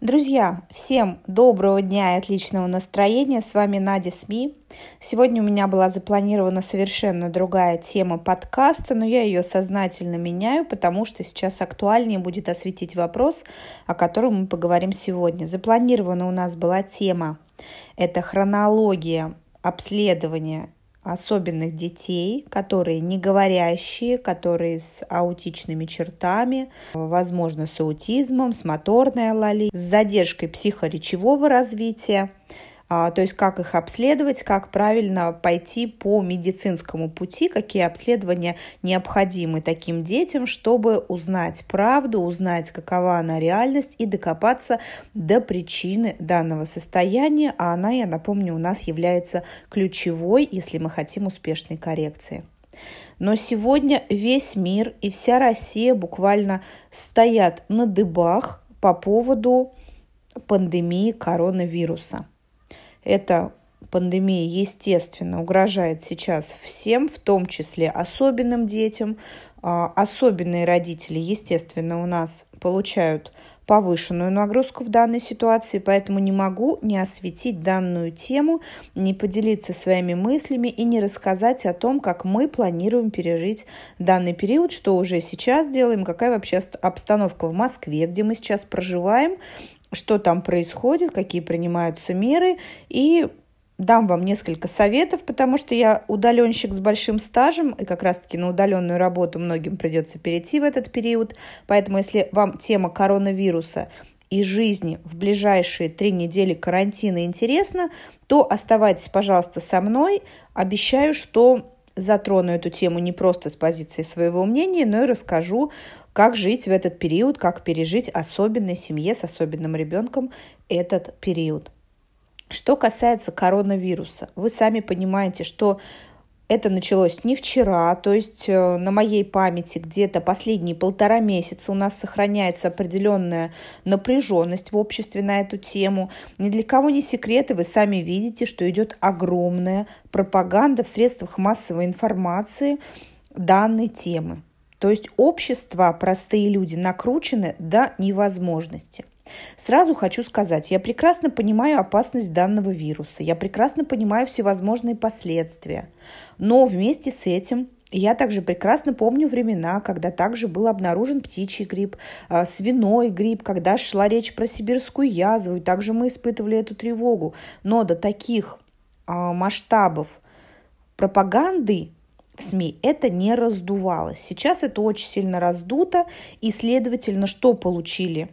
Друзья, всем доброго дня и отличного настроения. С вами Надя СМИ. Сегодня у меня была запланирована совершенно другая тема подкаста, но я ее сознательно меняю, потому что сейчас актуальнее будет осветить вопрос, о котором мы поговорим сегодня. Запланирована у нас была тема – это хронология обследования особенных детей, которые не говорящие, которые с аутичными чертами, возможно, с аутизмом, с моторной алалией, с задержкой психоречевого развития. То есть как их обследовать, как правильно пойти по медицинскому пути, какие обследования необходимы таким детям, чтобы узнать правду, узнать, какова она реальность и докопаться до причины данного состояния, а она, я напомню, у нас является ключевой, если мы хотим успешной коррекции. Но сегодня весь мир и вся Россия буквально стоят на дыбах по поводу пандемии коронавируса. Эта пандемия, естественно, угрожает сейчас всем, в том числе особенным детям. Особенные родители, естественно, у нас получают повышенную нагрузку в данной ситуации, поэтому не могу не осветить данную тему, не поделиться своими мыслями и не рассказать о том, как мы планируем пережить данный период, что уже сейчас делаем, какая вообще обстановка в Москве, где мы сейчас проживаем, что там происходит, какие принимаются меры, и дам вам несколько советов, потому что я удаленщик с большим стажем, и как раз-таки на удаленную работу многим придется перейти в этот период, поэтому если вам тема коронавируса и жизни в ближайшие 3 недели карантина интересна, то оставайтесь, пожалуйста, со мной. Обещаю, что затрону эту тему не просто с позиции своего мнения, но и расскажу, как жить в этот период, как пережить особенной семье с особенным ребенком этот период. Что касается коронавируса, вы сами понимаете, что это началось не вчера, то есть на моей памяти где-то последние 1,5 месяца у нас сохраняется определенная напряженность в обществе на эту тему. Ни для кого не секрет, и вы сами видите, что идет огромная пропаганда в средствах массовой информации данной темы. То есть общество, простые люди накручены до невозможности. Сразу хочу сказать, я прекрасно понимаю опасность данного вируса, я прекрасно понимаю всевозможные последствия, но вместе с этим я также прекрасно помню времена, когда также был обнаружен птичий грипп, свиной грипп, когда шла речь про сибирскую язву, и также мы испытывали эту тревогу. Но до таких масштабов пропаганды в СМИ это не раздувалось. Сейчас это очень сильно раздуто, и, следовательно, что получили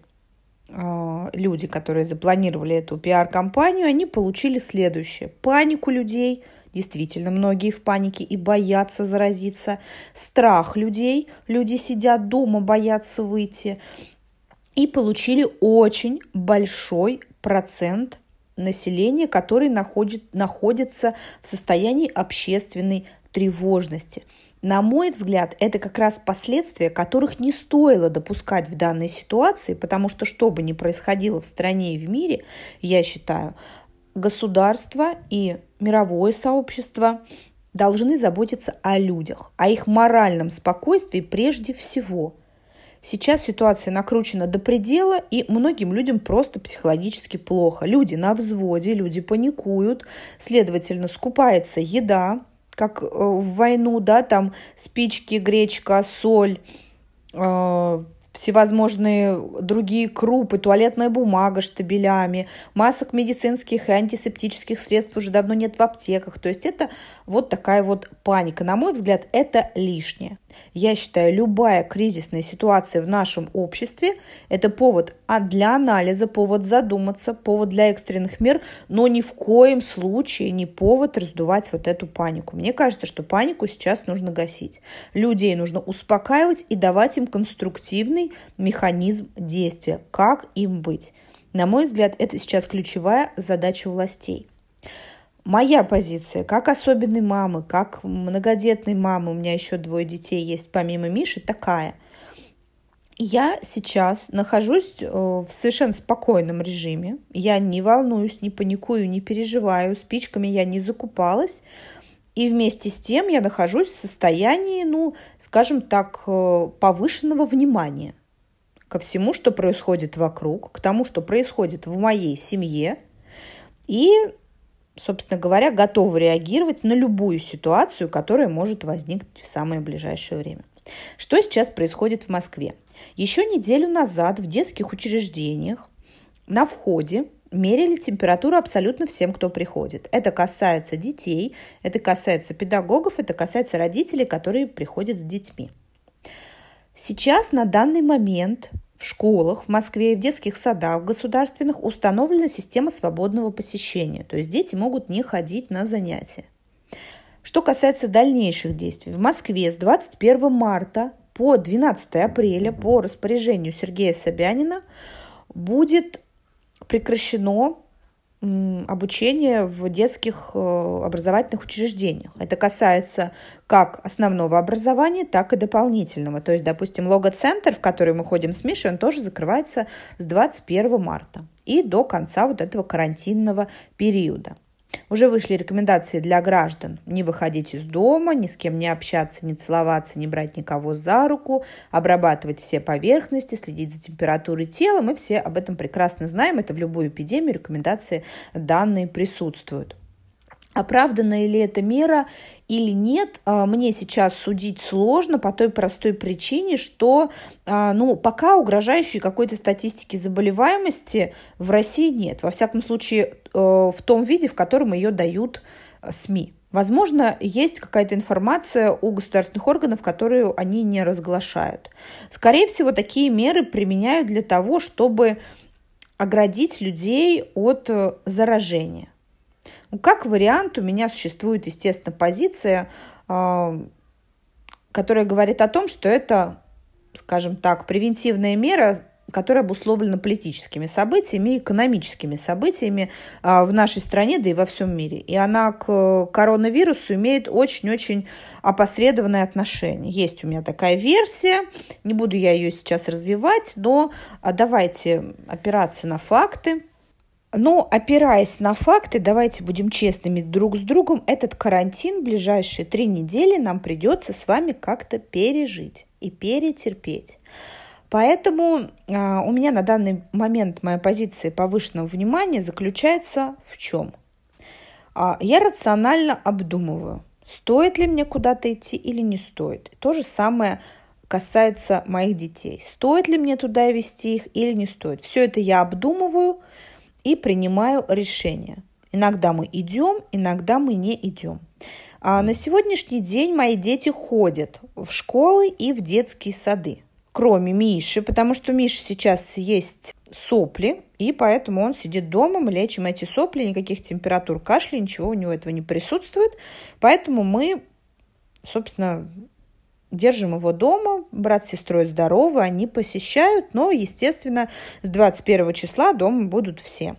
люди, которые запланировали эту пиар-компанию, они получили следующее. Панику людей, действительно, многие в панике и боятся заразиться. Страх людей, люди сидят дома, боятся выйти. И получили очень большой процент населения, который находится в состоянии общественной тревожности. На мой взгляд, это как раз последствия, которых не стоило допускать в данной ситуации, потому что бы ни происходило в стране и в мире, я считаю, государство и мировое сообщество должны заботиться о людях, о их моральном спокойствии прежде всего. Сейчас ситуация накручена до предела, и многим людям просто психологически плохо. Люди на взводе, люди паникуют, следовательно, скупается еда, как в войну, да, там спички, гречка, соль, всевозможные другие крупы, туалетная бумага штабелями, масок медицинских и антисептических средств уже давно нет в аптеках. То есть это вот такая вот паника. На мой взгляд, это лишнее. Я считаю, любая кризисная ситуация в нашем обществе – это повод для анализа, повод задуматься, повод для экстренных мер, но ни в коем случае не повод раздувать вот эту панику. Мне кажется, что панику сейчас нужно гасить. Людей нужно успокаивать и давать им конструктивный механизм действия. Как им быть? На мой взгляд, это сейчас ключевая задача властей. Моя позиция, как особенной мамы, как многодетной мамы, у меня еще 2 детей есть помимо Миши, такая. Я сейчас нахожусь в совершенно спокойном режиме. Я не волнуюсь, не паникую, не переживаю. Спичками я не закупалась. И вместе с тем я нахожусь в состоянии, скажем так, повышенного внимания. ко всему, что происходит вокруг, к тому, что происходит в моей семье, и, собственно говоря, готова реагировать на любую ситуацию, которая может возникнуть в самое ближайшее время. Что сейчас происходит в Москве? Еще неделю назад в детских учреждениях на входе мерили температуру абсолютно всем, кто приходит. Это касается детей, это касается педагогов, это касается родителей, которые приходят с детьми. Сейчас на данный момент в школах в Москве и в детских садах государственных установлена система свободного посещения, то есть дети могут не ходить на занятия. Что касается дальнейших действий, в Москве с 21 марта по 12 апреля по распоряжению Сергея Собянина будет прекращено обучение в детских образовательных учреждениях. Это касается как основного образования, так и дополнительного. То есть, допустим, лого-центр, в который мы ходим с Мишей, он тоже закрывается с 21 марта и до конца вот этого карантинного периода. Уже вышли рекомендации для граждан не выходить из дома, ни с кем не общаться, не целоваться, не брать никого за руку, обрабатывать все поверхности, следить за температурой тела. Мы все об этом прекрасно знаем. Это в любую эпидемию рекомендации данные присутствуют. Оправдана ли эта мера или нет, мне сейчас судить сложно по той простой причине, что пока угрожающей какой-то статистики заболеваемости в России нет. Во всяком случае, в том виде, в котором ее дают СМИ. Возможно, есть какая-то информация у государственных органов, которую они не разглашают. Скорее всего, такие меры применяют для того, чтобы оградить людей от заражения. Как вариант, у меня существует, естественно, позиция, которая говорит о том, что это, скажем так, превентивная мера, которая обусловлена политическими событиями и экономическими событиями в нашей стране, да и во всем мире. И она к коронавирусу имеет очень-очень опосредованное отношение. Есть у меня такая версия, не буду я ее сейчас развивать, но давайте опираться на факты. Но, опираясь на факты, давайте будем честными друг с другом, этот карантин в ближайшие 3 недели нам придется с вами как-то пережить и перетерпеть. Поэтому у меня на данный момент моя позиция повышенного внимания заключается в чем? Я рационально обдумываю, стоит ли мне куда-то идти или не стоит. То же самое касается моих детей. Стоит ли мне туда везти их или не стоит. Все это я обдумываю и принимаю решение. Иногда мы идем, иногда мы не идем. На сегодняшний день мои дети ходят в школы и в детские сады. Кроме Миши, потому что у Миши сейчас есть сопли, и поэтому он сидит дома, мы лечим эти сопли, никаких температур, кашля, ничего у него этого не присутствует. Поэтому мы, собственно, держим его дома, брат с сестрой здоровы, они посещают, но, естественно, с 21 числа дома будут все.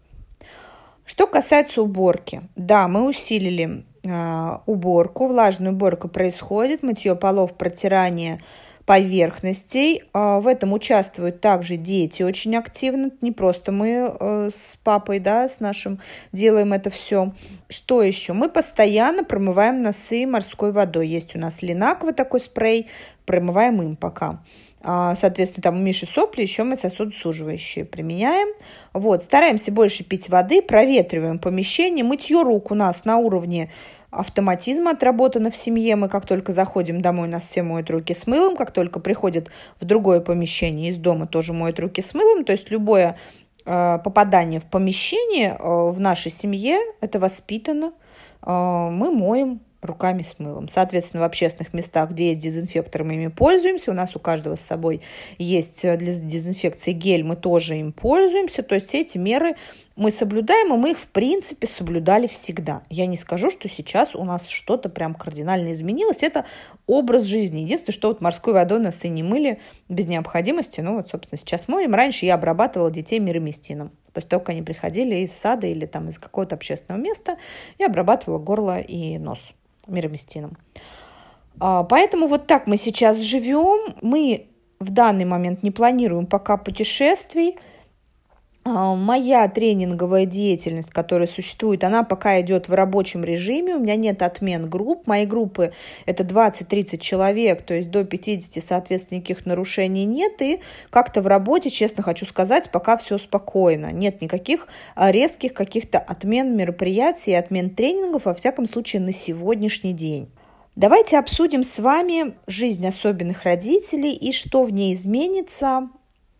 Что касается уборки, да, мы усилили уборку, влажная уборка происходит, мытье полов, протирание поверхностей. В этом участвуют также дети очень активно, не просто мы с папой, да, с нашим делаем это все. Что еще? Мы постоянно промываем носы морской водой. Есть у нас линаква такой спрей, промываем им пока. Соответственно, там у Миши сопли, еще мы сосудосуживающие применяем. Вот, стараемся больше пить воды, проветриваем помещение. Мытье рук у нас на уровне автоматизма отработано в семье. Мы как только заходим домой, нас все моют руки с мылом. Как только приходят в другое помещение из дома, тоже моют руки с мылом. То есть любое попадание в помещение в нашей семье, это воспитано. Мы моем руками с мылом. Соответственно, в общественных местах, где есть дезинфектор, мы ими пользуемся. У нас у каждого с собой есть для дезинфекции гель, мы тоже им пользуемся. То есть все эти меры мы соблюдаем, и мы их, в принципе, соблюдали всегда. Я не скажу, что сейчас у нас что-то прям кардинально изменилось. Это образ жизни. Единственное, что вот морской водой носы не мыли без необходимости. Ну вот, собственно, сейчас моем. Раньше я обрабатывала детей мироместином. После того, как они приходили из сада или там из какого-то общественного места, я обрабатывала горло и нос мироместином. Поэтому вот так мы сейчас живем. Мы в данный момент не планируем пока путешествий. Моя тренинговая деятельность, которая существует, она пока идет в рабочем режиме, у меня нет отмен групп. Мои группы это 20-30 человек, то есть до 50, соответственно, никаких нарушений нет. И как-то в работе, честно хочу сказать, пока все спокойно. Нет никаких резких каких-то отмен мероприятий, отмен тренингов, во всяком случае, на сегодняшний день. Давайте обсудим с вами жизнь особенных родителей и что в ней изменится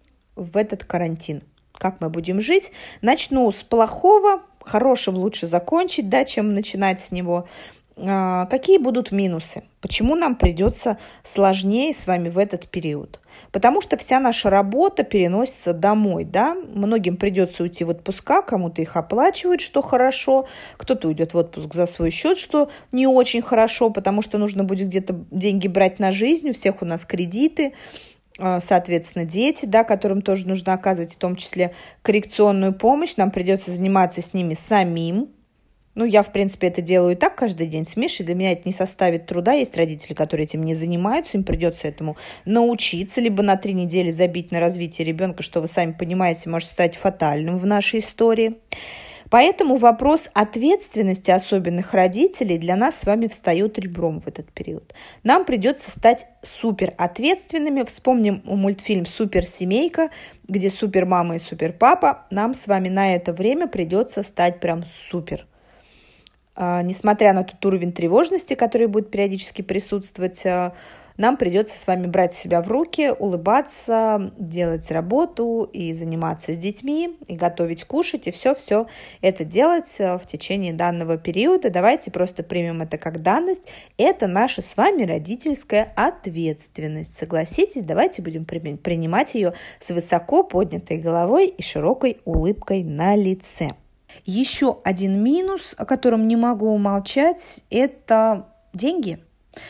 в этот карантин. Как мы будем жить. Начну с плохого, хорошим лучше закончить, да, чем начинать с него. Какие будут минусы? Почему нам придется сложнее с вами в этот период? Потому что вся наша работа переносится домой, да? Многим придется уйти в отпуска, кому-то их оплачивают, что хорошо, кто-то уйдет в отпуск за свой счет, что не очень хорошо, потому что нужно будет где-то деньги брать на жизнь, у всех у нас кредиты, соответственно, дети, да, которым тоже нужно оказывать в том числе коррекционную помощь, нам придется заниматься с ними самим. Я, в принципе, это делаю и так каждый день с Мишей, для меня это не составит труда, есть родители, которые этим не занимаются, им придется этому научиться, либо на 3 недели забить на развитие ребенка, что вы сами понимаете, может стать фатальным в нашей истории. Поэтому вопрос ответственности особенных родителей для нас с вами встает ребром в этот период. Нам придется стать суперответственными. Вспомним мультфильм «Суперсемейка», где супермама и суперпапа. Нам с вами на это время придется стать прям супер. Несмотря на тот уровень тревожности, который будет периодически присутствовать, нам придется с вами брать себя в руки, улыбаться, делать работу и заниматься с детьми, и готовить, кушать, и все это делать в течение данного периода. Давайте просто примем это как данность. Это наша с вами родительская ответственность. Согласитесь, давайте будем принимать ее с высоко поднятой головой и широкой улыбкой на лице. Еще один минус, о котором не могу умолчать, это деньги.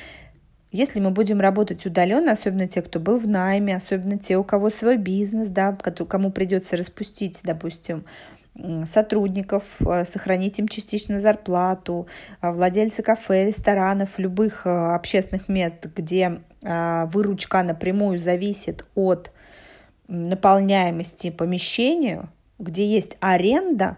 Если мы будем работать удаленно, особенно те, кто был в найме, особенно те, у кого свой бизнес, да, кому придется распустить, допустим, сотрудников, сохранить им частично зарплату, владельцы кафе, ресторанов, любых общественных мест, где выручка напрямую зависит от наполняемости помещения, где есть аренда,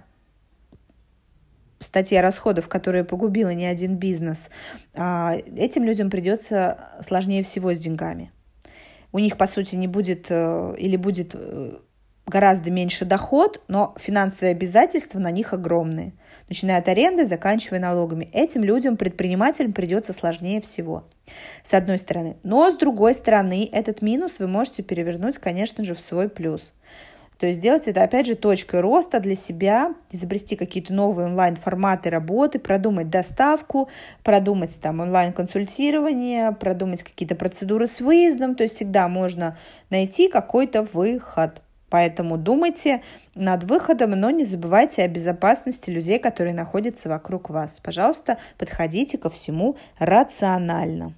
статья расходов, которая погубила не один бизнес, этим людям придется сложнее всего с деньгами. У них, по сути, не будет или будет гораздо меньше доход, но финансовые обязательства на них огромные, начиная от аренды, заканчивая налогами. Этим людям, предпринимателям, придется сложнее всего, с одной стороны. Но, с другой стороны, этот минус вы можете перевернуть, конечно же, в свой плюс. То есть сделать это, опять же, точкой роста для себя, изобрести какие-то новые онлайн-форматы работы, продумать доставку, продумать там онлайн-консультирование, продумать какие-то процедуры с выездом. То есть всегда можно найти какой-то выход. Поэтому думайте над выходом, но не забывайте о безопасности людей, которые находятся вокруг вас. Пожалуйста, подходите ко всему рационально.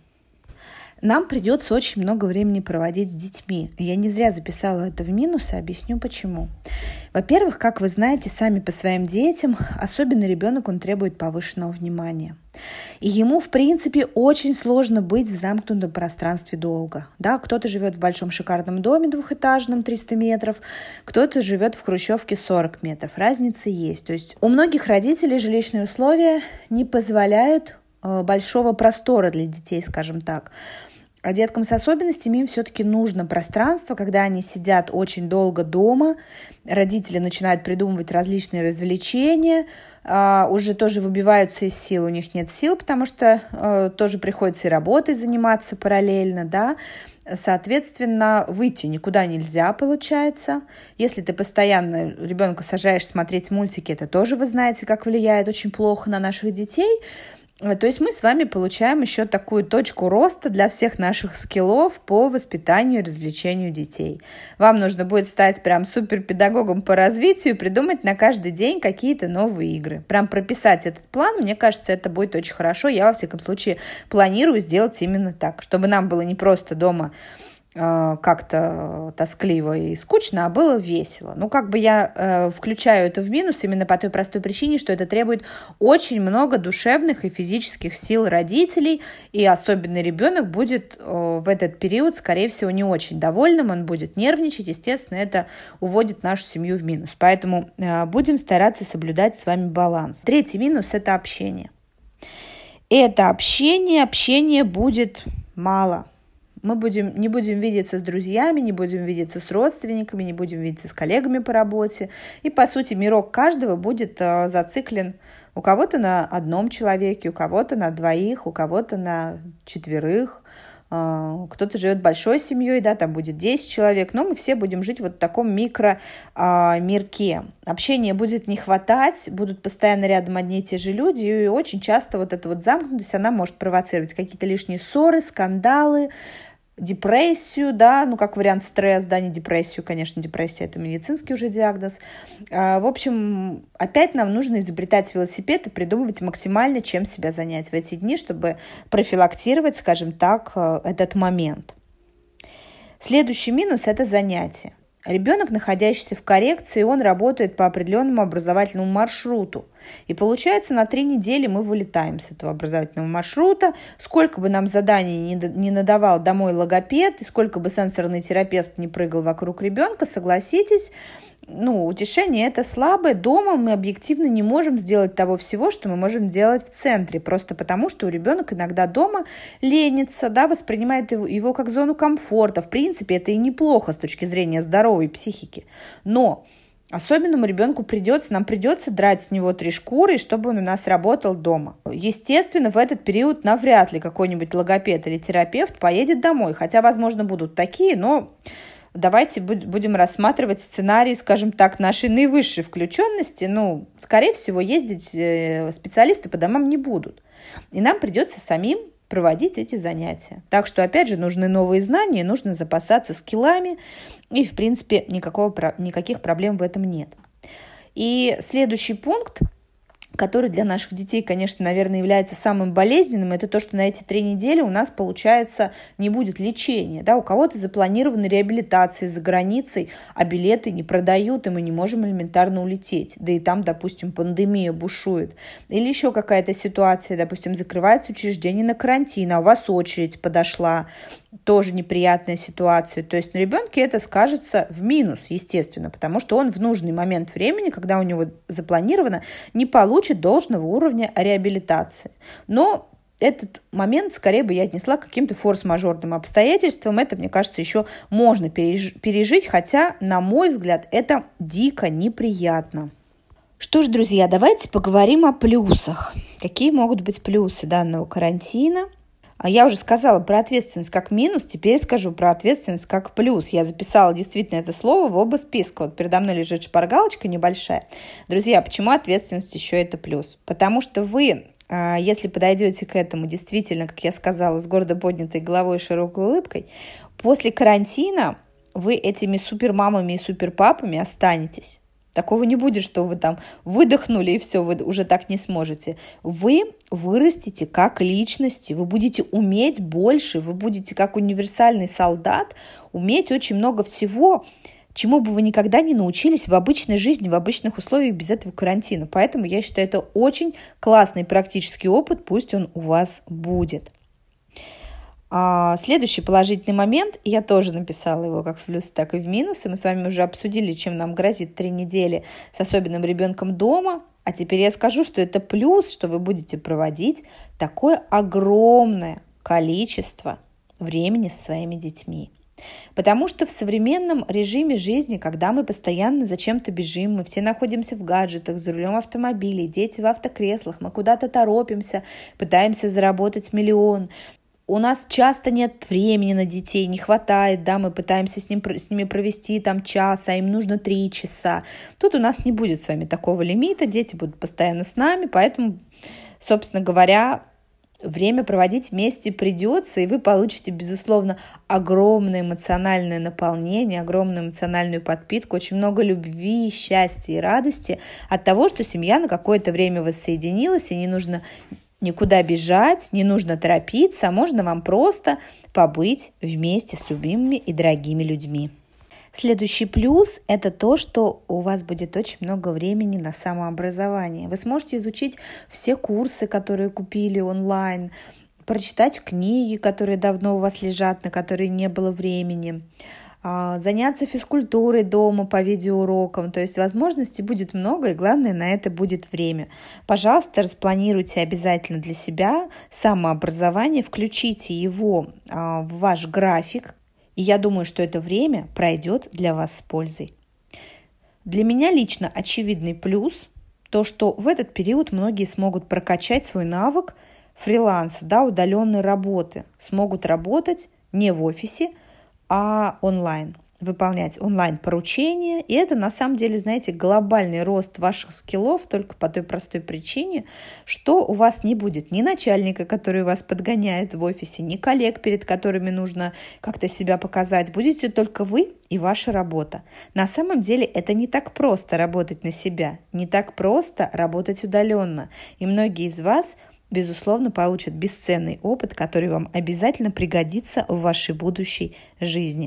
Нам придется очень много времени проводить с детьми. Я не зря записала это в минусы, объясню почему. Во-первых, как вы знаете, сами по своим детям, особенно ребенок, он требует повышенного внимания. И ему, в принципе, очень сложно быть в замкнутом пространстве долго. Да, кто-то живет в большом шикарном доме двухэтажном, 300 метров, кто-то живет в хрущевке 40 метров. Разница есть. То есть у многих родителей жилищные условия не позволяют большого простора для детей, скажем так. А деткам с особенностями им все-таки нужно пространство, когда они сидят очень долго дома, родители начинают придумывать различные развлечения, уже тоже выбиваются из сил, у них нет сил, потому что тоже приходится и работой заниматься параллельно, да, соответственно, выйти никуда нельзя, получается. Если ты постоянно ребенка сажаешь смотреть мультики, это тоже, вы знаете, как влияет очень плохо на наших детей. То есть мы с вами получаем еще такую точку роста для всех наших скиллов по воспитанию и развлечению детей. Вам нужно будет стать прям суперпедагогом по развитию и придумать на каждый день какие-то новые игры. Прям прописать этот план, мне кажется, это будет очень хорошо. Я, во всяком случае, планирую сделать именно так, чтобы нам было не просто дома как-то тоскливо и скучно, а было весело. Я включаю это в минус именно по той простой причине, что это требует очень много душевных и физических сил родителей, и особенно ребенок будет в этот период, скорее всего, не очень довольным, он будет нервничать, естественно, это уводит нашу семью в минус. Поэтому будем стараться соблюдать с вами баланс. Третий минус – это общение. Общение будет мало. Мы не будем видеться с друзьями, не будем видеться с родственниками, не будем видеться с коллегами по работе. И, по сути, мирок каждого будет зациклен у кого-то на одном человеке, у кого-то на двоих, у кого-то на 4. Кто-то живет большой семьей, да, там будет 10 человек, но мы все будем жить вот в таком микро-мирке. Общения будет не хватать, будут постоянно рядом одни и те же люди, и очень часто вот эта вот замкнутость, она может провоцировать какие-то лишние ссоры, скандалы, депрессию, да, как вариант стресс, да, не депрессию, конечно, депрессия – это медицинский уже диагноз. В общем, опять нам нужно изобретать велосипед и придумывать максимально, чем себя занять в эти дни, чтобы профилактировать, скажем так, этот момент. Следующий минус – это занятие. Ребенок, находящийся в коррекции, он работает по определенному образовательному маршруту. И получается, на 3 недели мы вылетаем с этого образовательного маршрута. Сколько бы нам заданий не надавал домой логопед, и сколько бы сенсорный терапевт не прыгал вокруг ребенка, согласитесь, утешение это слабое. Дома мы объективно не можем сделать того всего, что мы можем делать в центре, просто потому, что ребенок иногда дома ленится, да, воспринимает его как зону комфорта. В принципе, это и неплохо с точки зрения здоровой психики. Но особенному ребенку нам придется драть с него 3 шкуры, чтобы он у нас работал дома. Естественно, в этот период навряд ли какой-нибудь логопед или терапевт поедет домой, хотя, возможно, будут такие, но давайте будем рассматривать сценарий, скажем так, нашей наивысшей включенности. Скорее всего, ездить специалисты по домам не будут. И нам придется самим проводить эти занятия. Так что, опять же, нужны новые знания, нужно запасаться скиллами, и, в принципе, никаких проблем в этом нет. И следующий пункт, который для наших детей, конечно, наверное, является самым болезненным, это то, что на эти 3 недели у нас, получается, не будет лечения. Да? У кого-то запланированы реабилитации за границей, а билеты не продают, и мы не можем элементарно улететь. Да и там, допустим, пандемия бушует. Или еще какая-то ситуация, допустим, закрывается учреждение на карантин, а у вас очередь подошла. Тоже неприятная ситуация. То есть на ребенке это скажется в минус, естественно, потому что он в нужный момент времени, когда у него запланировано, не получит должного уровня реабилитации. Но этот момент скорее бы я отнесла к каким-то форс-мажорным обстоятельствам. Это, мне кажется, еще можно пережить, хотя, на мой взгляд, это дико неприятно. Что ж, друзья, давайте поговорим о плюсах. Какие могут быть плюсы данного карантина? Я уже сказала про ответственность как минус, теперь скажу про ответственность как плюс. Я записала действительно это слово в оба списка. Вот передо мной лежит шпаргалочка небольшая. Друзья, почему ответственность еще это плюс? Потому что вы, если подойдете к этому действительно, как я сказала, с гордо поднятой головой и широкой улыбкой, после карантина вы этими супермамами и суперпапами останетесь. Такого не будет, что вы там выдохнули и все, вы уже так не сможете. Вы вырастете как личности, вы будете уметь больше, вы будете как универсальный солдат уметь очень много всего, чему бы вы никогда не научились в обычной жизни, в обычных условиях без этого карантина. Поэтому я считаю, это очень классный практический опыт, пусть он у вас будет. Следующий положительный момент, я тоже написала его как в плюс, так и в минус, и мы с вами уже обсудили, чем нам грозит 3 недели с особенным ребенком дома, а теперь я скажу, что это плюс, что вы будете проводить такое огромное количество времени со своими детьми. Потому что в современном режиме жизни, когда мы постоянно зачем-то бежим, мы все находимся в гаджетах, за рулем автомобилей, дети в автокреслах, мы куда-то торопимся, пытаемся заработать миллион, у нас часто нет времени на детей, не хватает, да, мы пытаемся с ними провести там час, а им нужно 3 часа. Тут у нас не будет с вами такого лимита, дети будут постоянно с нами, поэтому, собственно говоря, время проводить вместе придется, и вы получите, безусловно, огромное эмоциональное наполнение, огромную эмоциональную подпитку, очень много любви, счастья и радости от того, что семья на какое-то время воссоединилась, и не нужно никуда бежать, не нужно торопиться, а можно вам просто побыть вместе с любимыми и дорогими людьми. Следующий плюс – это то, что у вас будет очень много времени на самообразование. Вы сможете изучить все курсы, которые купили онлайн, прочитать книги, которые давно у вас лежат, на которые не было времени, заняться физкультурой дома по видеоурокам. То есть возможностей будет много, и главное, на это будет время. Пожалуйста, распланируйте обязательно для себя самообразование, включите его в ваш график, и я думаю, что это время пройдет для вас с пользой. Для меня лично очевидный плюс – то, что в этот период многие смогут прокачать свой навык фриланса, удаленной работы, смогут работать не в офисе, а онлайн, выполнять онлайн-поручения. И это на самом деле, знаете, глобальный рост ваших скиллов только по той простой причине, что у вас не будет ни начальника, который вас подгоняет в офисе, ни коллег, перед которыми нужно как-то себя показать. Будете только вы и ваша работа. На самом деле это не так просто работать на себя, не так просто работать удаленно. И многие из вас безусловно, получат бесценный опыт, который вам обязательно пригодится в вашей будущей жизни.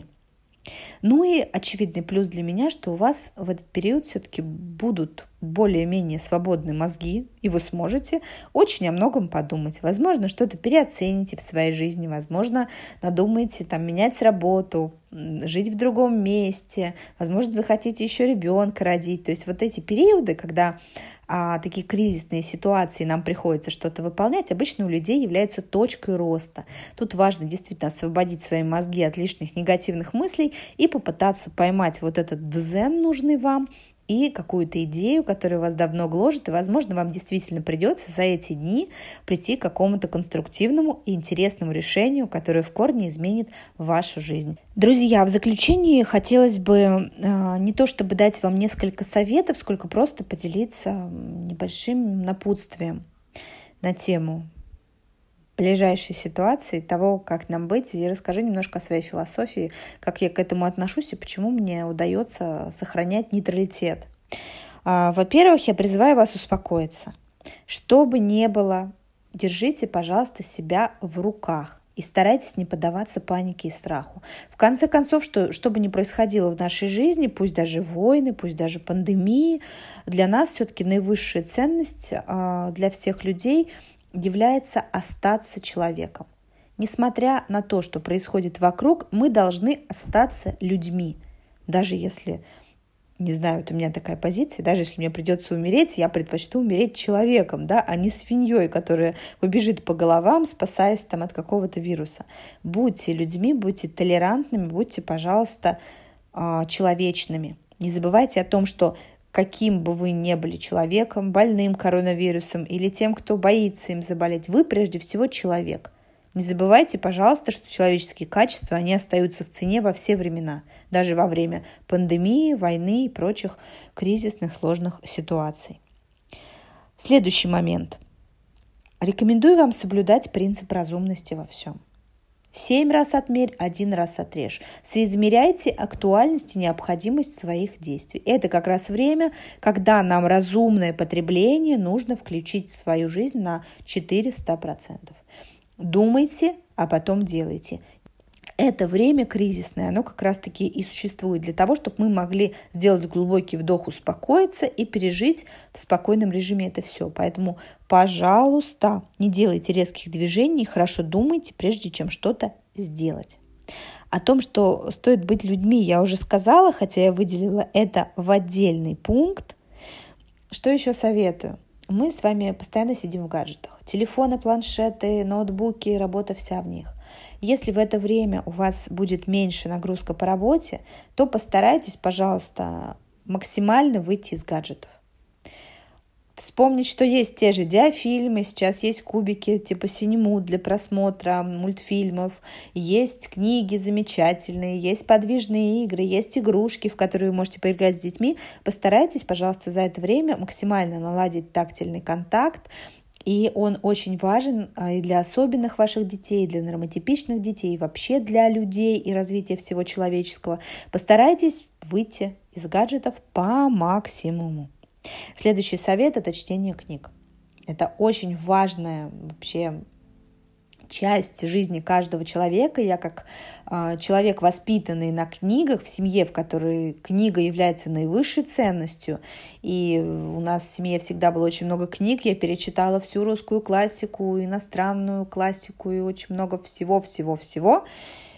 Ну и очевидный плюс для меня, что у вас в этот период все-таки будут более-менее свободные мозги, и вы сможете очень о многом подумать. Возможно, что-то переоцените в своей жизни, возможно, надумаете менять работу, жить в другом месте, возможно, захотите еще ребенка родить. То есть вот эти периоды, когда такие кризисные ситуации, нам приходится что-то выполнять, обычно у людей являются точкой роста. Тут важно действительно освободить свои мозги от лишних негативных мыслей и попытаться поймать вот этот дзен, нужный вам, и какую-то идею, которая вас давно гложет, и, возможно, вам действительно придется за эти дни прийти к какому-то конструктивному и интересному решению, которое в корне изменит вашу жизнь. Друзья, в заключении хотелось бы не то чтобы дать вам несколько советов, сколько просто поделиться небольшим напутствием на тему ближайшей ситуации, того, как нам быть, и расскажу немножко о своей философии, как я к этому отношусь и почему мне удается сохранять нейтралитет. Во-первых, я призываю вас успокоиться. Что бы ни было, держите, пожалуйста, себя в руках и старайтесь не поддаваться панике и страху. В конце концов, что бы ни происходило в нашей жизни, пусть даже войны, пусть даже пандемии, для нас все-таки наивысшая ценность для всех людей является остаться человеком. Несмотря на то, что происходит вокруг, мы должны остаться людьми. Даже если, не знаю, вот у меня такая позиция, даже если мне придется умереть, я предпочту умереть человеком, а не свиньей, которая побежит по головам, спасаясь от какого-то вируса. Будьте людьми, будьте толерантными, будьте, пожалуйста, человечными. Не забывайте о том, что каким бы вы ни были человеком, больным коронавирусом или тем, кто боится им заболеть, вы прежде всего человек. Не забывайте, пожалуйста, что человеческие качества, они остаются в цене во все времена, даже во время пандемии, войны и прочих кризисных сложных ситуаций. Следующий момент. Рекомендую вам соблюдать принцип разумности во всем. 7 раз отмерь, 1 раз отрежь. Соизмеряйте актуальность и необходимость своих действий. Это как раз время, когда нам разумное потребление нужно включить в свою жизнь на 400%. Думайте, а потом делайте. Это время кризисное, оно как раз-таки и существует для того, чтобы мы могли сделать глубокий вдох, успокоиться и пережить в спокойном режиме это все. Поэтому, пожалуйста, не делайте резких движений, хорошо думайте, прежде чем что-то сделать. О том, что стоит быть людьми, я уже сказала, хотя я выделила это в отдельный пункт. Что еще советую? Мы с вами постоянно сидим в гаджетах. Телефоны, планшеты, ноутбуки, работа вся в них. Если в это время у вас будет меньше нагрузка по работе, то постарайтесь, пожалуйста, максимально выйти из гаджетов. Вспомнить, что есть те же диафильмы, сейчас есть кубики типа Синемуд для просмотра мультфильмов, есть книги замечательные, есть подвижные игры, есть игрушки, в которые вы можете поиграть с детьми. Постарайтесь, пожалуйста, за это время максимально наладить тактильный контакт, и он очень важен и для особенных ваших детей, и для нормотипичных детей, и вообще для людей и развития всего человеческого. Постарайтесь выйти из гаджетов по максимуму. Следующий совет – это чтение книг. Это очень важная вообще часть жизни каждого человека. Я как человек, воспитанный на книгах, в семье, в которой книга является наивысшей ценностью, и у нас в семье всегда было очень много книг, я перечитала всю русскую классику, иностранную классику и очень много всего-всего-всего.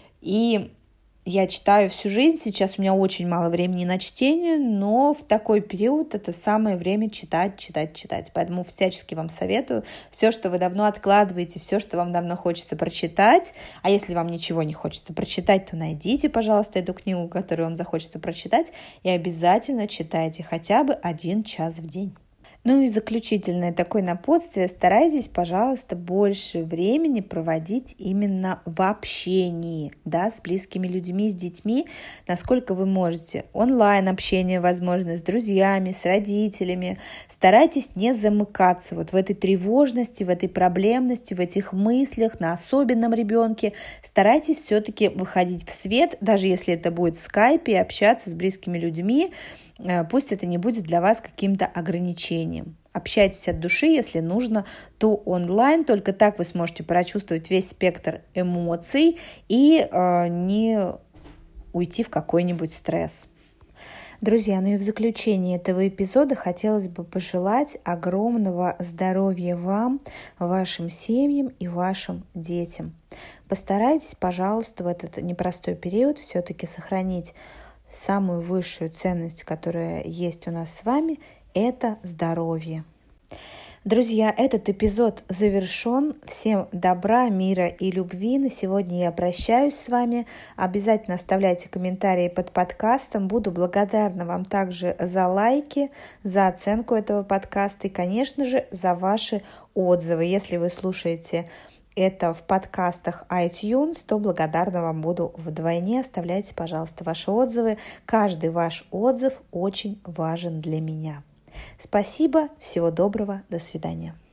И я читаю всю жизнь, сейчас у меня очень мало времени на чтение, но в такой период это самое время читать. Поэтому всячески вам советую все, что вы давно откладываете, все, что вам давно хочется прочитать. А если вам ничего не хочется прочитать, то найдите, пожалуйста, эту книгу, которую вам захочется прочитать, и обязательно читайте хотя бы 1 час в день. Ну и заключительное такое напутствие. Старайтесь, пожалуйста, больше времени проводить именно в общении, да, с близкими людьми, с детьми, насколько вы можете. Онлайн-общение, возможно, с друзьями, с родителями. Старайтесь не замыкаться вот в этой тревожности, в этой проблемности, в этих мыслях на особенном ребенке. Старайтесь все-таки выходить в свет, даже если это будет в скайпе, и общаться с близкими людьми. Пусть это не будет для вас каким-то ограничением. Общайтесь от души, если нужно, то онлайн. Только так вы сможете прочувствовать весь спектр эмоций и не уйти в какой-нибудь стресс. Друзья, ну и в заключение этого эпизода хотелось бы пожелать огромного здоровья вам, вашим семьям и вашим детям. Постарайтесь, пожалуйста, в этот непростой период все-таки сохранить самую высшую ценность, которая есть у нас с вами, это здоровье. Друзья, этот эпизод завершен. Всем добра, мира и любви. На сегодня я прощаюсь с вами. Обязательно оставляйте комментарии под подкастом. Буду благодарна вам также за лайки, за оценку этого подкаста и, конечно же, за ваши отзывы. Если вы слушаете это в подкастах iTunes, то благодарна вам буду вдвойне. Оставляйте, пожалуйста, ваши отзывы. Каждый ваш отзыв очень важен для меня. Спасибо, всего доброго, до свидания.